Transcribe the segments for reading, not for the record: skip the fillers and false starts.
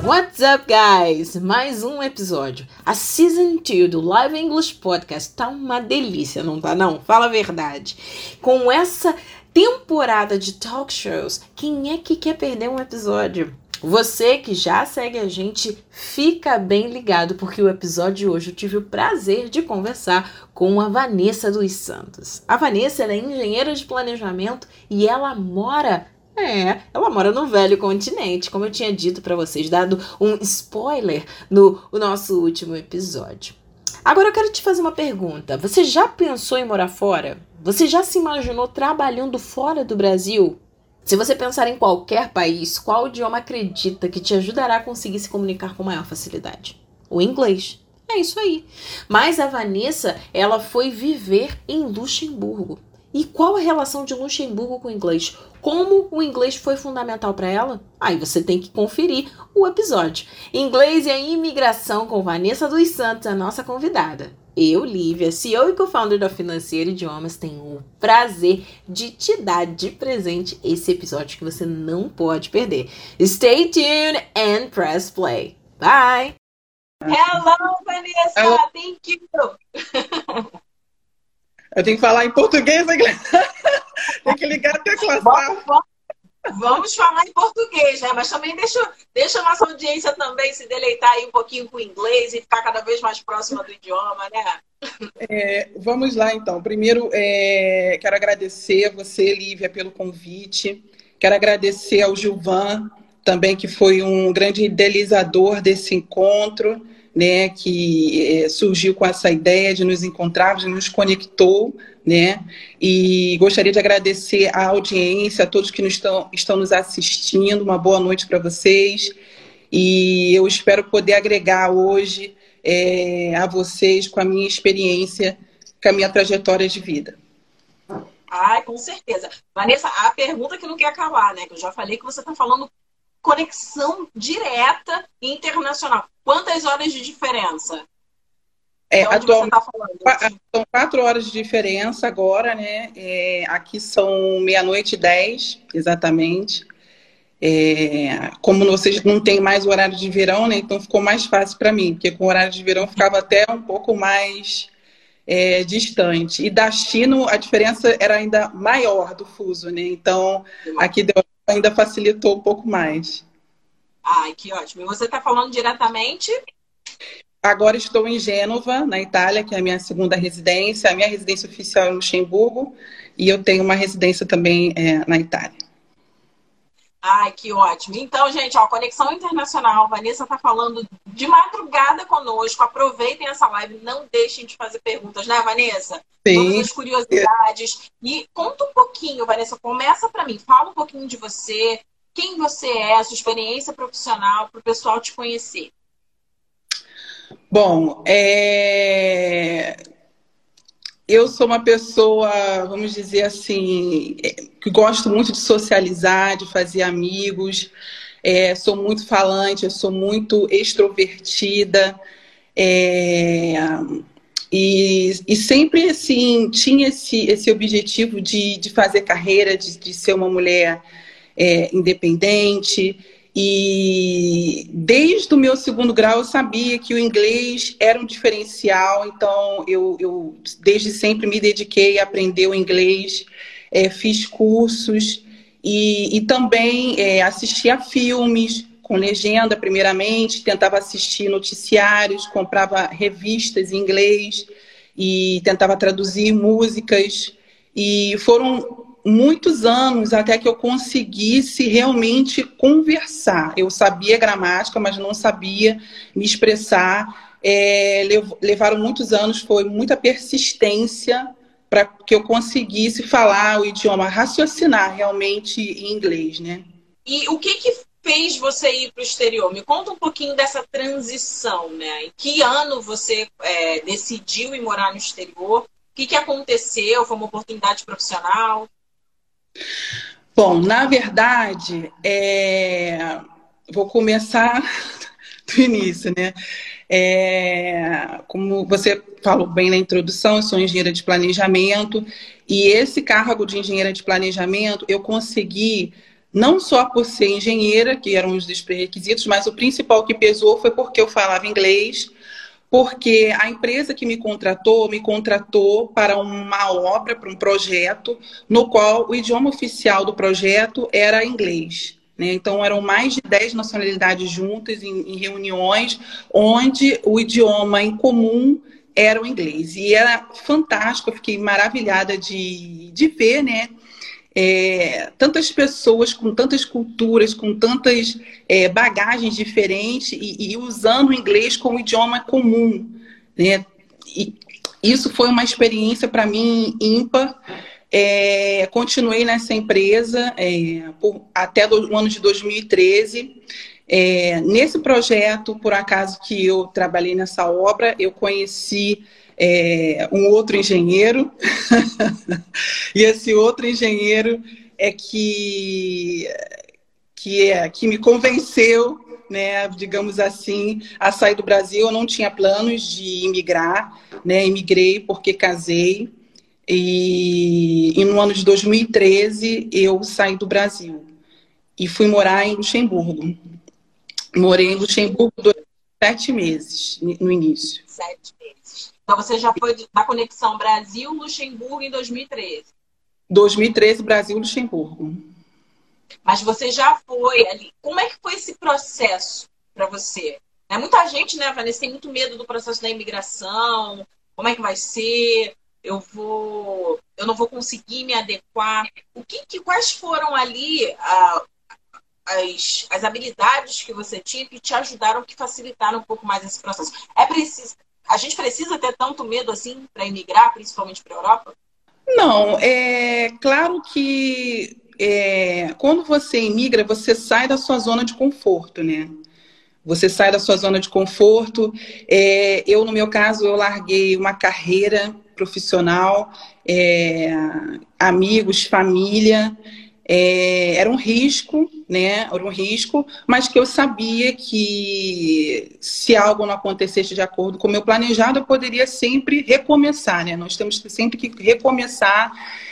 What's up, guys? Mais um episódio. A Season 2 do Live English Podcast tá uma delícia, não tá não? Fala a verdade. Com essa temporada de talk shows, quem é que quer perder um episódio? Você que já segue a gente, fica bem ligado, porque o episódio de hoje eu tive o prazer de conversar com a Vanessa dos Santos. A Vanessa ela é engenheira de planejamento e ela mora no velho continente, como eu tinha dito para vocês, dado um spoiler no nosso último episódio. Agora eu quero te fazer uma pergunta. Você já pensou em morar fora? Você já se imaginou trabalhando fora do Brasil? Se você pensar em qualquer país, qual idioma acredita que te ajudará a conseguir se comunicar com maior facilidade? O inglês. É isso aí. Mas a Vanessa, ela foi viver em Luxemburgo. E qual a relação de Luxemburgo com o inglês? Como o inglês foi fundamental para ela? Aí você tem que conferir o episódio. Inglês e a imigração com Vanessa dos Santos, a nossa convidada. Eu, Lívia, CEO e co-founder da Financeiro Idiomas, tenho o prazer de te dar de presente esse episódio que você não pode perder. Stay tuned and press play. Bye! Hello, Vanessa! Hello. Thank you! Eu tenho que falar em português, tem que ligar até a classe. Vamos falar em português, né? Mas também deixa a nossa audiência também se deleitar aí um pouquinho com o inglês e ficar cada vez mais próxima do idioma, né? Vamos lá, então. Primeiro, quero agradecer a você, Lívia, pelo convite. Quero agradecer ao Gilvan, também, que foi um grande idealizador desse encontro, né, que surgiu com essa ideia de nos encontrarmos, de nos conectou, né, e gostaria de agradecer à audiência, a todos que estão nos assistindo, uma boa noite para vocês, e eu espero poder agregar hoje a vocês com a minha experiência, com a minha trajetória de vida. Ai, com certeza. Vanessa, a pergunta que não quer calar, né, que eu já falei que você está falando conexão direta e internacional. Quantas horas de diferença? Atualmente, são 4 horas de diferença agora, né? Aqui são 00:10, exatamente. Como vocês não têm mais o horário de verão, né? Então ficou mais fácil para mim, porque com o horário de verão ficava até um pouco mais distante. E da China, a diferença era ainda maior do fuso, né? Então, aqui ainda facilitou um pouco mais. Ai, que ótimo. E você está falando diretamente? Agora estou em Gênova, na Itália, que é a minha segunda residência. A minha residência oficial é em Luxemburgo e eu tenho uma residência também na Itália. Ai, que ótimo. Então, gente, ó, conexão internacional. Vanessa está falando de madrugada conosco. Aproveitem essa live. Não deixem de fazer perguntas, né, Vanessa? Sim. Todas as curiosidades. E conta um pouquinho, Vanessa. Começa para mim. Fala um pouquinho de você. Quem você é, a sua experiência profissional, para o pessoal te conhecer. Bom, eu sou uma pessoa, vamos dizer assim, que gosto muito de socializar, de fazer amigos, sou muito falante, eu sou muito extrovertida, e sempre assim, tinha esse objetivo de fazer carreira, de ser uma mulher independente. E desde o meu 2º grau eu sabia que o inglês era um diferencial, então eu desde sempre me dediquei a aprender o inglês, fiz cursos e também assistia filmes com legenda primeiramente, tentava assistir noticiários, comprava revistas em inglês e tentava traduzir músicas, e foram muitos anos até que eu conseguisse realmente conversar. Eu sabia gramática, mas não sabia me expressar. Levaram muitos anos, foi muita persistência para que eu conseguisse falar o idioma, raciocinar realmente em inglês, né? E o que fez você ir para o exterior? Me conta um pouquinho dessa transição, né? Em que ano você decidiu ir morar no exterior? O que aconteceu? Foi uma oportunidade profissional? Bom, na verdade, vou começar do início, né? Como você falou bem na introdução, eu sou engenheira de planejamento e esse cargo de engenheira de planejamento eu consegui Não só por ser engenheira, que eram os dos pré-requisitos, mas o principal que pesou foi porque eu falava inglês, porque a empresa que me contratou para uma obra, para um projeto, no qual o idioma oficial do projeto era inglês. Né? Então, eram mais de 10 nacionalidades juntas em reuniões, onde o idioma em comum era o inglês. E era fantástico, eu fiquei maravilhada de ver, né? Tantas pessoas com tantas culturas, com tantas bagagens diferentes e usando o inglês como idioma comum, né? E isso foi uma experiência para mim ímpar. Continuei nessa empresa até o ano de 2013. Nesse projeto, por acaso que eu trabalhei nessa obra, eu conheci um outro engenheiro, e esse outro engenheiro é que me convenceu, né, digamos assim, a sair do Brasil. Eu não tinha planos de imigrar, né, imigrei porque casei, e no ano de 2013 eu saí do Brasil e fui morar em Luxemburgo. Morei em Luxemburgo durante 7 meses no início. 7 meses. Então você já foi da conexão Brasil-Luxemburgo em 2013? 2013, Brasil-Luxemburgo. Mas você já foi ali. Como é que foi esse processo para você? Muita gente, né, Vanessa, tem muito medo do processo da imigração. Como é que vai ser? Eu não vou conseguir me adequar. Quais foram ali as habilidades que você tinha que te ajudaram, que facilitaram um pouco mais esse processo? A gente precisa ter tanto medo assim para emigrar, principalmente para a Europa? Não, é claro que quando você imigra, você sai da sua zona de conforto, né? Você sai da sua zona de conforto. Eu, no meu caso, eu larguei uma carreira profissional, amigos, família. Era um risco, né? Era um risco, mas que eu sabia que se algo não acontecesse de acordo com o meu planejado, eu poderia sempre recomeçar, né? Nós temos sempre que recomeçar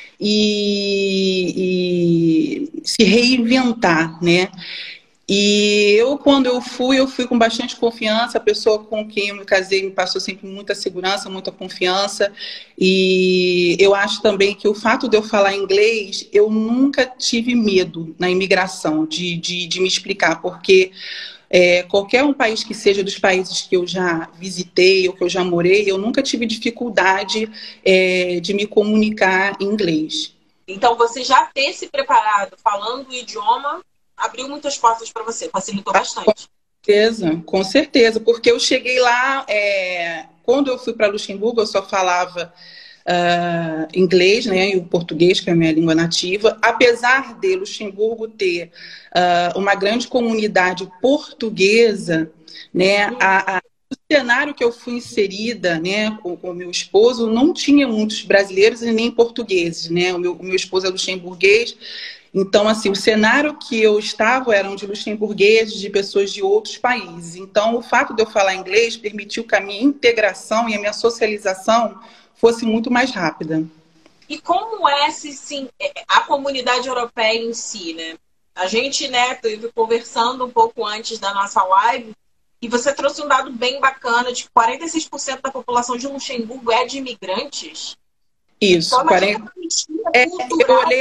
e se reinventar, né? E quando eu fui com bastante confiança. A pessoa com quem eu me casei me passou sempre muita segurança, muita confiança. E eu acho também que o fato de eu falar inglês, eu nunca tive medo na imigração de me explicar, porque qualquer um país que seja dos países que eu já visitei ou que eu já morei, eu nunca tive dificuldade de me comunicar em inglês. Então, você já ter se preparado falando o idioma abriu muitas portas para você, facilitou bastante. Com certeza, porque eu cheguei lá, quando eu fui para Luxemburgo, eu só falava inglês, né, e o português, que é a minha língua nativa. Apesar de Luxemburgo ter uma grande comunidade portuguesa, né, o cenário que eu fui inserida, né, com o meu esposo, não tinha muitos brasileiros e nem portugueses, né? O meu esposo é luxemburguês. Então, assim, o cenário que eu estava eram de luxemburgueses, de pessoas de outros países. Então, o fato de eu falar inglês permitiu que a minha integração e a minha socialização fosse muito mais rápida. E como é a comunidade europeia em si, né? A gente, né, esteve conversando um pouco antes da nossa live, e você trouxe um dado bem bacana de que 46% da população de Luxemburgo é de imigrantes. Isso, então, 40... eu olhei...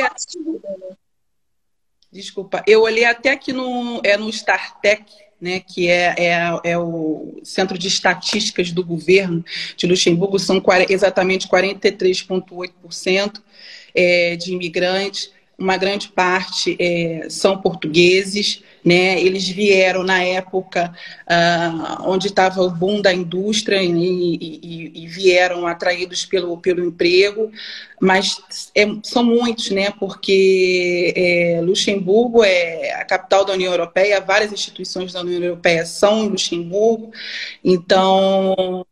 Desculpa, eu olhei até aqui no StarTech, né, que é o Centro de Estatísticas do Governo de Luxemburgo. São exatamente 43,8% de imigrantes. Uma grande parte são portugueses, né? Eles vieram na época onde estava o boom da indústria e vieram atraídos pelo emprego, mas são muitos, né? Porque Luxemburgo é a capital da União Europeia, várias instituições da União Europeia são em Luxemburgo. Então,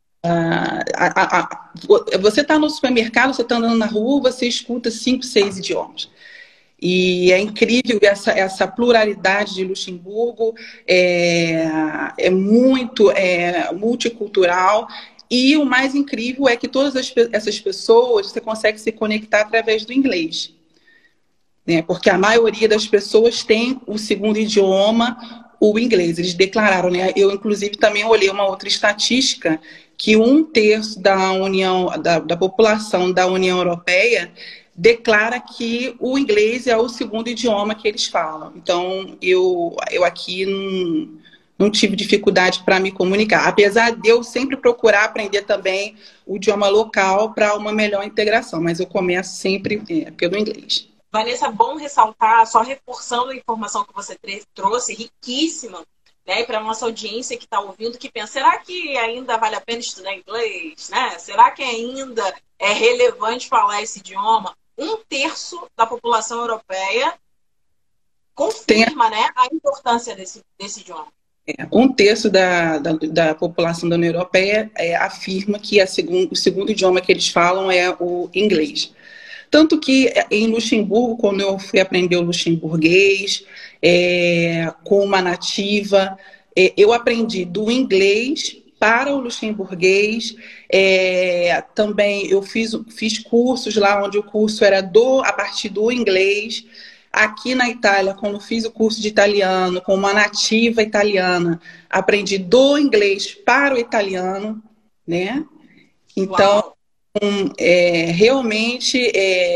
você está no supermercado, você está andando na rua, você escuta 5, 6 idiomas. E é incrível essa pluralidade de Luxemburgo, é muito multicultural. E o mais incrível é que todas essas pessoas você consegue se conectar através do inglês. né? Porque a maioria das pessoas tem o segundo idioma, o inglês. Eles declararam, né? Eu, inclusive, também olhei uma outra estatística que 1/3 da população da União Europeia declara que o inglês é o segundo idioma que eles falam. Então, eu aqui não tive dificuldade para me comunicar, apesar de eu sempre procurar aprender também o idioma local para uma melhor integração, mas eu começo sempre pelo inglês. Vanessa, bom ressaltar, só reforçando a informação que você trouxe, riquíssima, né? E para a nossa audiência que está ouvindo, que pensa, será que ainda vale a pena estudar inglês? Né? Será que ainda é relevante falar esse idioma? 1/3 da população europeia confirma, né, a importância desse idioma. 1/3 da população da União Europeia afirma que o segundo idioma que eles falam é o inglês. Tanto que em Luxemburgo, quando eu fui aprender o luxemburguês, com uma nativa, eu aprendi do inglês para o luxemburguês. Também eu fiz cursos lá, onde o curso era a partir do inglês. Aqui na Itália, quando fiz o curso de italiano com uma nativa italiana, aprendi do inglês para o italiano, né? Então, realmente,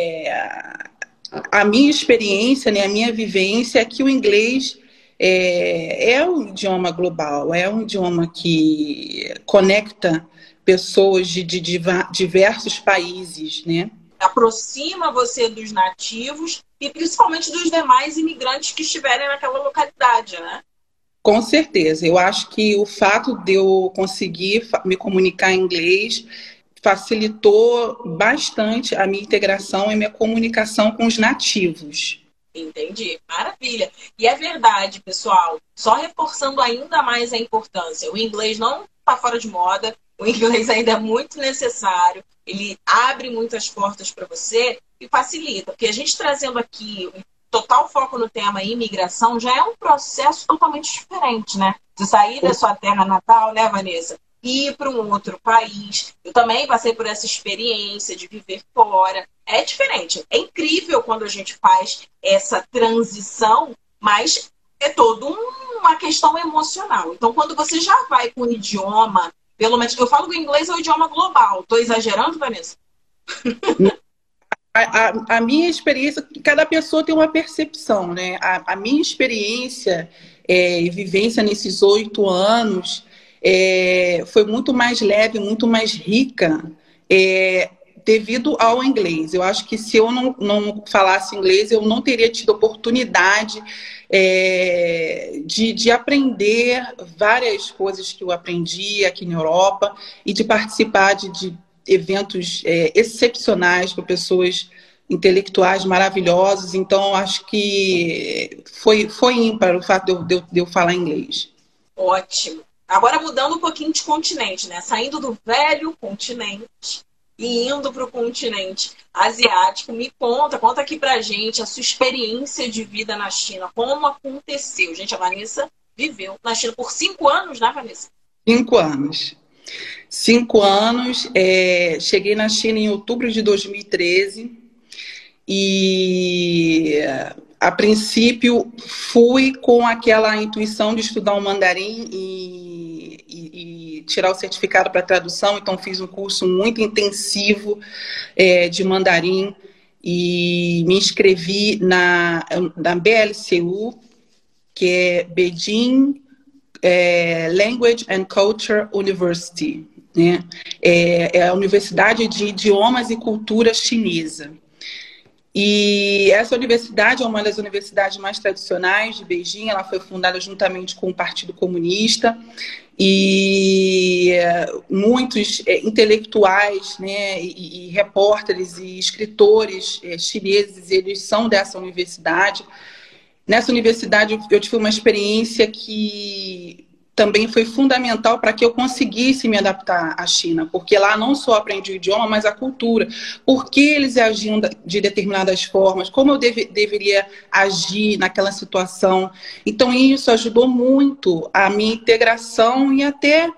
a minha experiência, né, a minha vivência é que o inglês é um idioma global, é um idioma que conecta pessoas de diversos países, né? Aproxima você dos nativos e principalmente dos demais imigrantes que estiverem naquela localidade, né? Com certeza. Eu acho que o fato de eu conseguir me comunicar em inglês facilitou bastante a minha integração e minha comunicação com os nativos. Entendi. Maravilha. E é verdade, pessoal. Só reforçando ainda mais a importância. O inglês não está fora de moda. O inglês ainda é muito necessário. Ele abre muitas portas para você e facilita. Porque a gente trazendo aqui total foco no tema imigração já é um processo totalmente diferente, né? De sair da sua terra natal, né, Vanessa? Ir para um outro país. Eu também passei por essa experiência de viver fora. É diferente. É incrível quando a gente faz essa transição, mas é toda uma questão emocional. Então, quando você já vai com o idioma, pelo menos, eu falo que o inglês é o idioma global. Estou exagerando, Vanessa? A minha experiência, cada pessoa tem uma percepção, né? A minha experiência e vivência nesses 8 anos foi muito mais leve, muito mais rica, devido ao inglês. Eu acho que se eu não falasse inglês, eu não teria tido oportunidade de aprender várias coisas que eu aprendi aqui na Europa e de participar de eventos excepcionais com pessoas intelectuais maravilhosos. Então, acho que foi ímpar o fato de eu falar inglês. Ótimo. Agora mudando um pouquinho de continente, né? Saindo do velho continente e indo para o continente asiático. Me conta aqui pra gente a sua experiência de vida na China. Como aconteceu? Gente, a Vanessa viveu na China por 5 anos, né, Vanessa? 5 anos. 5 anos. Cheguei na China em outubro de 2013 e, a princípio, fui com aquela intuição de estudar o mandarim e tirar o certificado para tradução. Então, fiz um curso muito intensivo de mandarim e me inscrevi na BLCU, que é Beijing Language and Culture University, né? É a Universidade de Idiomas e Cultura Chinesa. E essa universidade é uma das universidades mais tradicionais de Beijing. Ela foi fundada juntamente com o Partido Comunista e muitos intelectuais, né, e repórteres e escritores chineses, eles são dessa universidade. Nessa universidade eu tive uma experiência que também foi fundamental para que eu conseguisse me adaptar à China, porque lá não só aprendi o idioma, mas a cultura, por que eles agiam de determinadas formas, como eu deveria agir naquela situação. Então isso ajudou muito a minha integração e até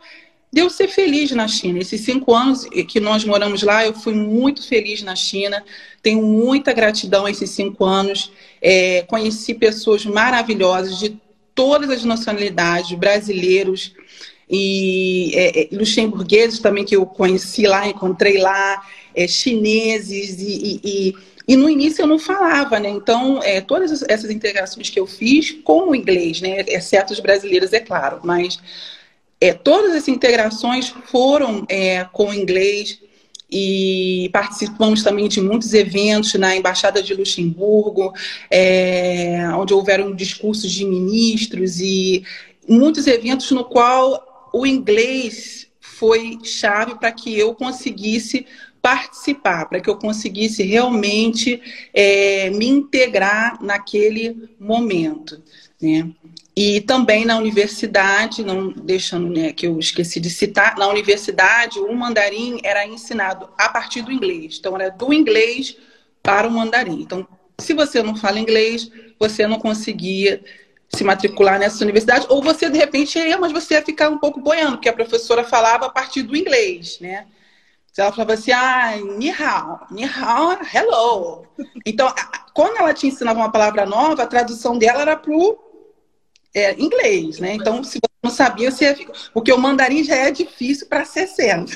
de eu ser feliz na China. Esses 5 anos que nós moramos lá, eu fui muito feliz na China. Tenho muita gratidão a esses 5 anos. Conheci pessoas maravilhosas de todas as nacionalidades, brasileiros e luxemburgueses também, que eu conheci lá, encontrei lá, chineses e no início eu não falava, né? Então, todas essas integrações que eu fiz com o inglês, né? Exceto os brasileiros, é claro, mas todas as integrações foram com o inglês e participamos também de muitos eventos na Embaixada de Luxemburgo, onde houveram discursos de ministros e muitos eventos no qual o inglês foi chave para que eu conseguisse participar, para que eu conseguisse realmente me integrar naquele momento, né? E também na universidade, não deixando, né, que eu esqueci de citar, na universidade o mandarim era ensinado a partir do inglês. Então, era do inglês para o mandarim. Então, se você não fala inglês, você não conseguia se matricular nessa universidade, ou você, de repente, mas você ia ficar um pouco boiando, porque a professora falava a partir do inglês, né? Ela falava assim, ni hao, hello. Então, quando ela te ensinava uma palavra nova, a tradução dela era para o inglês, né? Então, se você não sabia, você ia ficar... Porque o mandarim já é difícil para 60.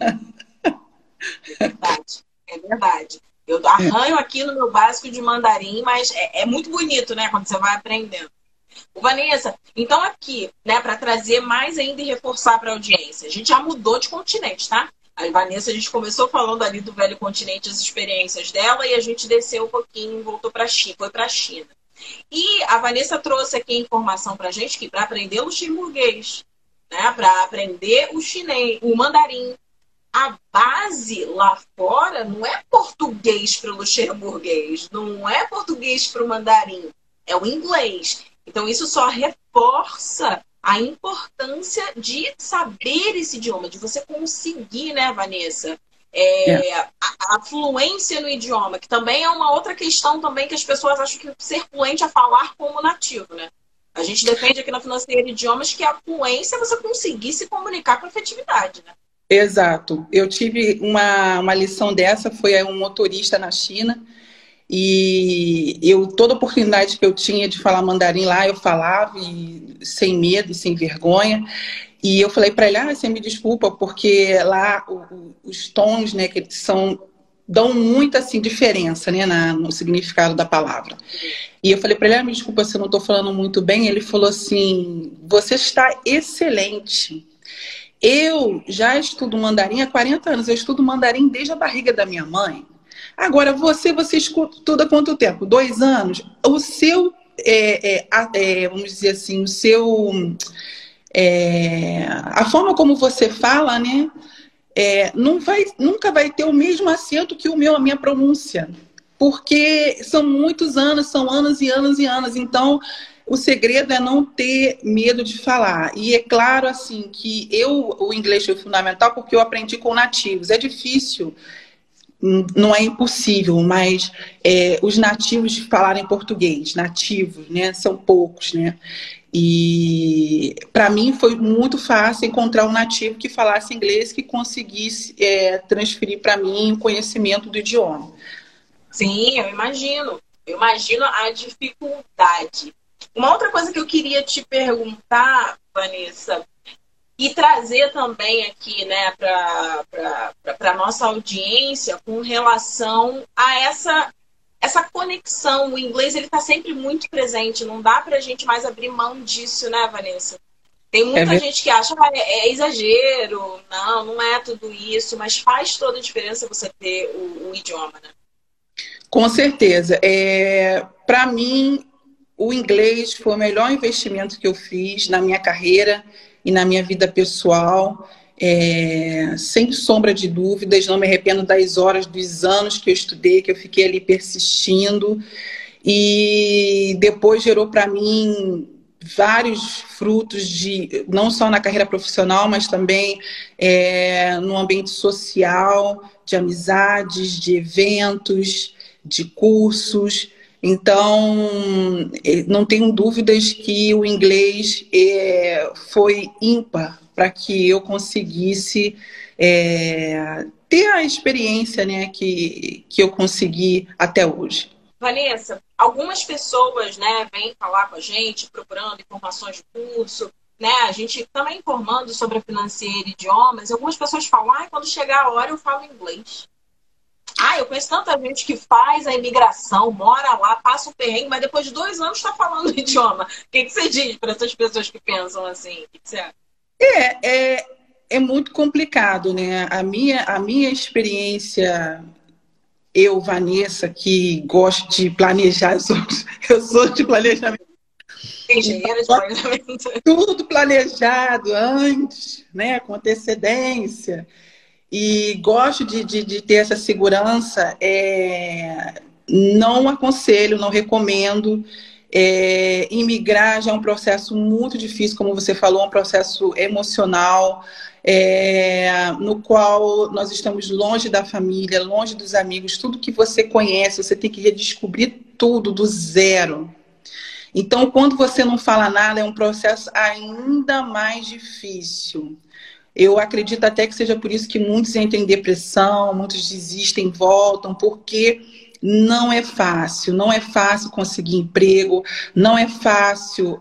É verdade, é verdade. Eu arranho aqui no meu básico de mandarim, mas é muito bonito, né? Quando você vai aprendendo. Vanessa, então aqui, né, para trazer mais ainda e reforçar para a audiência, a gente já mudou de continente, tá? A Vanessa, a gente começou falando ali do velho continente, as experiências dela, e a gente desceu um pouquinho e voltou para a China, foi para a China. E a Vanessa trouxe aqui a informação para a gente que para aprender o luxemburguês, né, para aprender o chinês, o mandarim, a base lá fora não é português para o luxemburguês, não é português para o mandarim, é o inglês. Então, isso só reforça a importância de saber esse idioma, de você conseguir, né, Vanessa? A fluência no idioma, que também é uma outra questão também que as pessoas acham que ser fluente é falar como nativo, né? A gente defende aqui na Financeira Idiomas que a fluência é você conseguir se comunicar com efetividade, né? Exato. Eu tive uma lição dessa, foi um motorista na China, e toda oportunidade que eu tinha de falar mandarim lá, eu falava, sem medo e sem vergonha. E eu falei para ele, você me desculpa, porque lá os tons, né, que dão muita assim, diferença, né, no significado da palavra. E eu falei para ele, me desculpa se eu não estou falando muito bem. Ele falou assim, você está excelente. Eu já estudo mandarim há 40 anos, eu estudo mandarim desde a barriga da minha mãe. Agora, você estuda há quanto tempo? 2 anos? O seu, vamos dizer assim, a forma como você fala, né, nunca vai ter o mesmo acento que a minha pronúncia, porque são muitos anos, são anos e anos e anos. Então, o segredo é não ter medo de falar. E é claro, assim, que o inglês foi fundamental porque eu aprendi com nativos. É difícil, não é impossível, mas os nativos falarem português, nativos, né, são poucos, né? E para mim foi muito fácil encontrar um nativo que falasse inglês, que conseguisse transferir para mim o conhecimento do idioma. Sim, eu imagino. Eu imagino a dificuldade. Uma outra coisa que eu queria te perguntar, Vanessa, e trazer também aqui, né, para a nossa audiência com relação a essa conexão. O inglês, ele está sempre muito presente, não dá para a gente mais abrir mão disso, né, Vanessa? Tem muita gente que acha que é exagero, não é tudo isso, mas faz toda a diferença você ter o idioma, né? Com certeza. Para mim, o inglês foi o melhor investimento que eu fiz na minha carreira e na minha vida pessoal. Sem sombra de dúvidas, não me arrependo das horas, dos anos que eu estudei, que eu fiquei ali persistindo. E depois gerou para mim vários frutos, não só na carreira profissional, mas também no ambiente social, de amizades, de eventos, de cursos. Então, não tenho dúvidas que o inglês foi ímpar para que eu conseguisse ter a experiência, né, que eu consegui até hoje. Vanessa, algumas pessoas, né, vêm falar com a gente procurando informações de curso, né, a gente também informando sobre a Financeira Idiomas, e algumas pessoas falam, quando chegar a hora eu falo inglês. Eu conheço tanta gente que faz a imigração, mora lá, passa o perrengue, mas depois de 2 anos está falando o idioma. O que você diz para essas pessoas que pensam assim? O que você acha? É muito complicado, né? A minha experiência, eu, Vanessa, que gosto de planejar, eu sou de planejamento. Engenheira de planejamento. Tudo planejado antes, né? Com antecedência. E gosto de ter essa segurança. Não aconselho, não recomendo. Imigrar já é um processo muito difícil, como você falou, um processo emocional, no qual nós estamos longe da família, longe dos amigos, tudo que você conhece, você tem que redescobrir tudo do zero. Então, quando você não fala nada, é um processo ainda mais difícil. Eu acredito até que seja por isso que muitos entram em depressão, muitos desistem, voltam, porque não é fácil conseguir emprego, não é fácil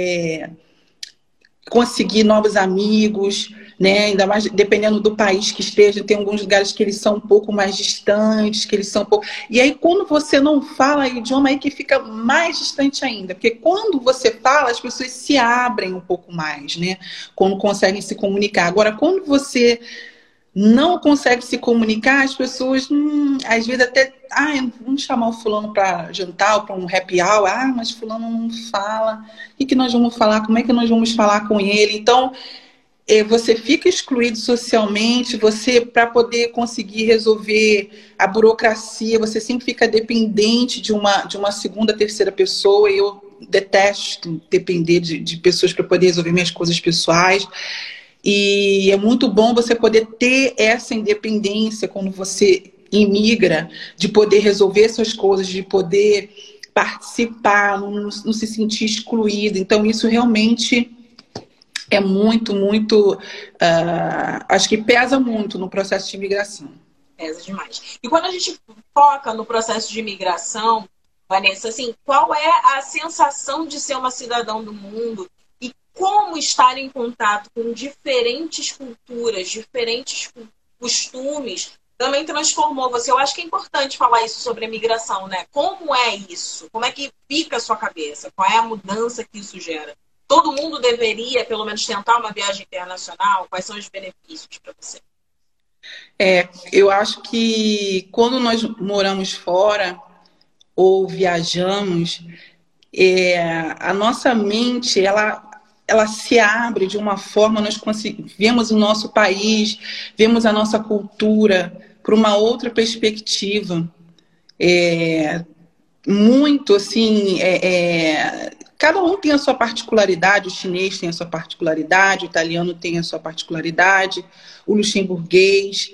conseguir novos amigos, né? Ainda mais dependendo do país que esteja, tem alguns lugares que eles são um pouco mais distantes, que eles são um pouco... E aí, quando você não fala o idioma, aí que fica mais distante ainda, porque quando você fala, as pessoas se abrem um pouco mais, né? Quando conseguem se comunicar. Agora, quando você não consegue se comunicar, as pessoas, às vezes até, vamos chamar o fulano para jantar ou para um happy hour, mas fulano não fala, o que nós vamos falar, como é que nós vamos falar com ele? Então, você fica excluído socialmente, para poder conseguir resolver a burocracia, você sempre fica dependente de uma segunda, terceira pessoa, e eu detesto depender de pessoas para poder resolver minhas coisas pessoais. E é muito bom você poder ter essa independência quando você imigra, de poder resolver suas coisas, de poder participar, não se sentir excluído. Então, isso realmente é muito, muito... acho que pesa muito no processo de imigração. Pesa demais. E quando a gente foca no processo de imigração, Vanessa, assim, qual é a sensação de ser uma cidadã do mundo? Como estar em contato com diferentes culturas, diferentes costumes, também transformou você. Eu acho que é importante falar isso sobre a imigração, né? Como é isso? Como é que fica a sua cabeça? Qual é a mudança que isso gera? Todo mundo deveria, pelo menos, tentar uma viagem internacional? Quais são os benefícios para você? Eu acho que quando nós moramos fora ou viajamos, a nossa mente, ela se abre de uma forma, nós vemos o nosso país, vemos a nossa cultura por uma outra perspectiva. Muito assim, cada um tem a sua particularidade, o chinês tem a sua particularidade, o italiano tem a sua particularidade, o luxemburguês,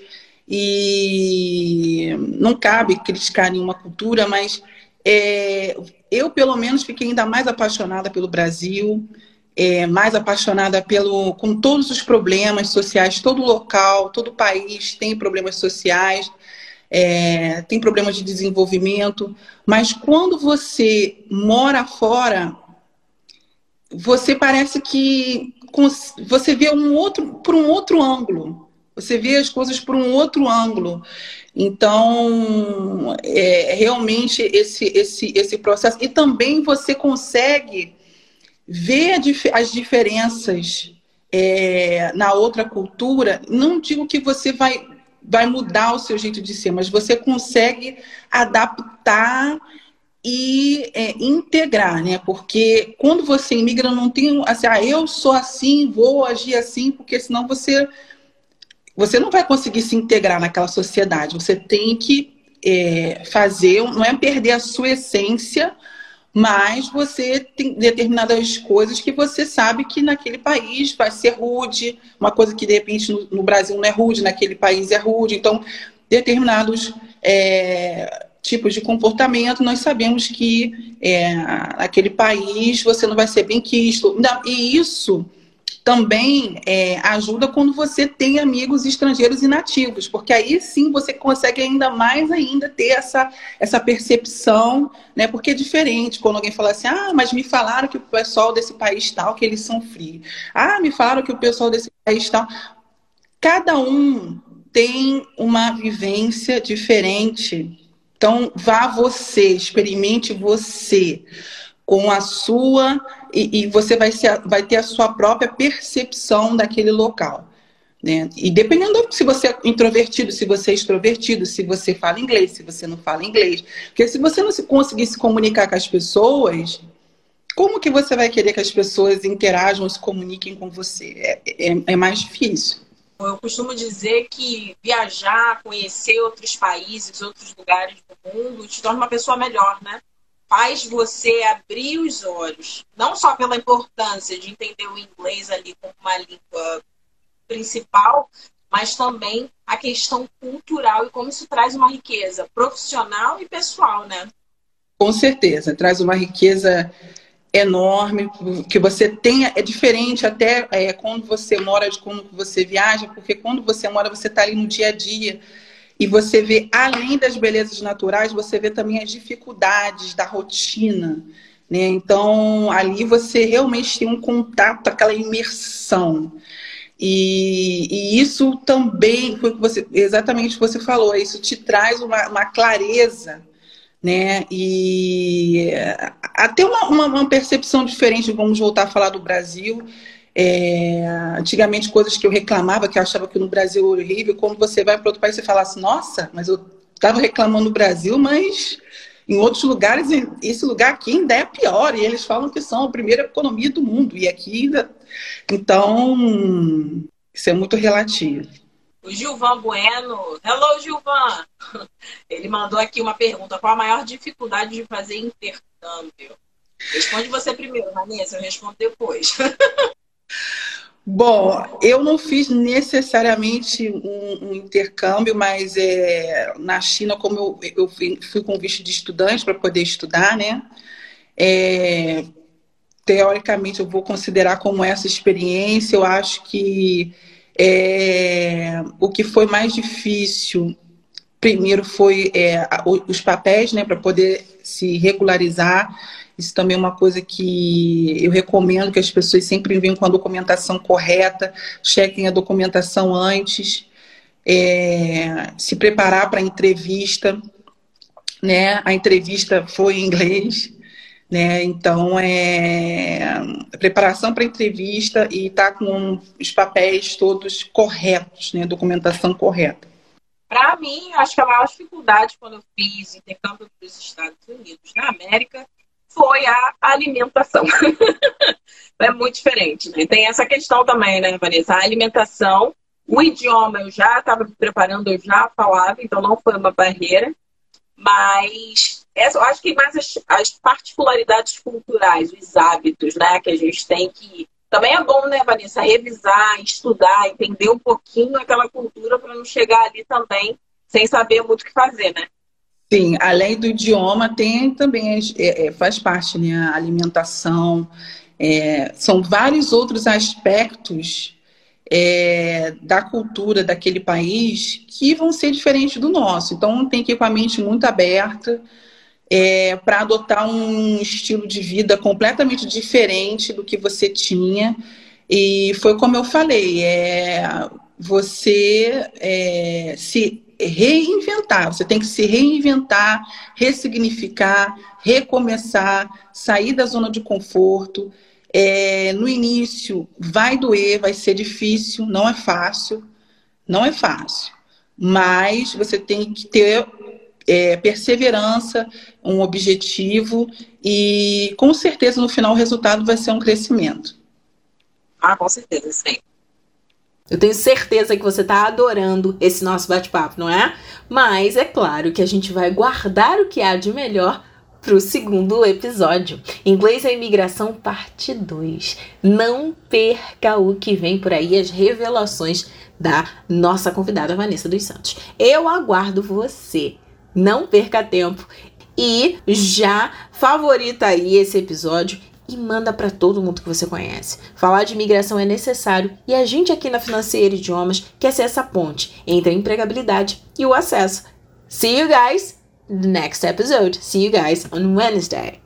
e não cabe criticar nenhuma cultura, mas eu, pelo menos, fiquei ainda mais apaixonada pelo Brasil, mais apaixonada com todos os problemas sociais, todo local, todo país tem problemas sociais, tem problemas de desenvolvimento, mas quando você mora fora, você parece que você vê por um outro ângulo, você vê as coisas por um outro ângulo. Então, realmente esse processo, e também você consegue ver as diferenças na outra cultura. Não digo que você vai mudar o seu jeito de ser, mas você consegue adaptar e integrar, né? Porque quando você imigra, não tem assim, eu sou assim, vou agir assim, porque senão você não vai conseguir se integrar naquela sociedade. Você tem que fazer, não é perder a sua essência, mas você tem determinadas coisas que você sabe que naquele país vai ser rude, uma coisa que de repente no Brasil não é rude, naquele país é rude. Então, determinados tipos de comportamento, nós sabemos que naquele país você não vai ser bem quisto. E isso também ajuda quando você tem amigos estrangeiros e nativos, porque aí sim você consegue ainda ter essa percepção, né? Porque é diferente quando alguém fala assim, mas me falaram que o pessoal desse país tal, que eles são frios. Me falaram que o pessoal desse país tal. Cada um tem uma vivência diferente. Então, vá você, experimente você com a sua, e você vai ter a sua própria percepção daquele local, né? E dependendo se você é introvertido, se você é extrovertido, se você fala inglês, se você não fala inglês. Porque se você não conseguir se comunicar com as pessoas, como que você vai querer que as pessoas interajam, se comuniquem com você? É mais difícil. Eu costumo dizer que viajar, conhecer outros países, outros lugares do mundo, te torna uma pessoa melhor, né? Faz você abrir os olhos, não só pela importância de entender o inglês ali como uma língua principal, mas também a questão cultural e como isso traz uma riqueza profissional e pessoal, né? Com certeza, traz uma riqueza enorme, que você tenha, é diferente até quando você mora de quando você viaja, porque quando você mora, você está ali no dia a dia, e você vê, além das belezas naturais, você vê também as dificuldades da rotina, né? Então, ali você realmente tem um contato, aquela imersão. E isso também, foi exatamente o que você falou, isso te traz uma clareza, né? E até uma percepção diferente. Vamos voltar a falar do Brasil. Antigamente, coisas que eu reclamava, que eu achava que no Brasil era horrível, quando você vai para outro país, você fala assim, nossa, mas eu estava reclamando do Brasil, mas em outros lugares, esse lugar aqui ainda é pior, e eles falam que são a primeira economia do mundo, e aqui ainda... Então, isso é muito relativo. O Gilvan Bueno, hello Gilvan, ele mandou aqui uma pergunta, qual a maior dificuldade de fazer intercâmbio? Responde você primeiro, Vanessa, eu respondo depois. Bom, eu não fiz necessariamente um intercâmbio, mas na China, como eu fui com visto de estudante para poder estudar, né? Teoricamente, eu vou considerar como essa experiência. Eu acho que o que foi mais difícil, primeiro, foi os papéis, né, para poder se regularizar. Isso também é uma coisa que eu recomendo, que as pessoas sempre venham com a documentação correta, chequem a documentação antes, se preparar para a entrevista, né? A entrevista foi em inglês, né? Então, a preparação para a entrevista e estar com os papéis todos corretos, né? Documentação correta. Para mim, acho que a maior dificuldade quando eu fiz intercâmbio para os Estados Unidos, na América, foi a alimentação. É muito diferente, né? Tem essa questão também, né, Vanessa? A alimentação, o idioma eu já estava me preparando, eu já falava, então não foi uma barreira. Mas eu acho que mais as particularidades culturais, os hábitos, né, que a gente tem que... Também é bom, né, Vanessa, revisar, estudar, entender um pouquinho aquela cultura para não chegar ali também sem saber muito o que fazer, né? Sim, além do idioma, tem também, faz parte, né, a alimentação, são vários outros aspectos da cultura daquele país que vão ser diferentes do nosso. Então, tem que ir com a mente muito aberta para adotar um estilo de vida completamente diferente do que você tinha. E foi como eu falei, você se reinventar, você tem que se reinventar, ressignificar, recomeçar, sair da zona de conforto. No início vai doer, vai ser difícil, não é fácil, mas você tem que ter perseverança, um objetivo, e com certeza no final o resultado vai ser um crescimento. Com certeza, sim. Eu tenho certeza que você está adorando esse nosso bate-papo, não é? Mas é claro que a gente vai guardar o que há de melhor para o segundo episódio. Inglês e Imigração, parte 2. Não perca o que vem por aí, as revelações da nossa convidada Vanessa dos Santos. Eu aguardo você. Não perca tempo e já favorita aí esse episódio e manda para todo mundo que você conhece. Falar de imigração é necessário e a gente aqui na Financeira Idiomas quer ser essa ponte entre a empregabilidade e o acesso. See you guys in the next episode. See you guys on Wednesday.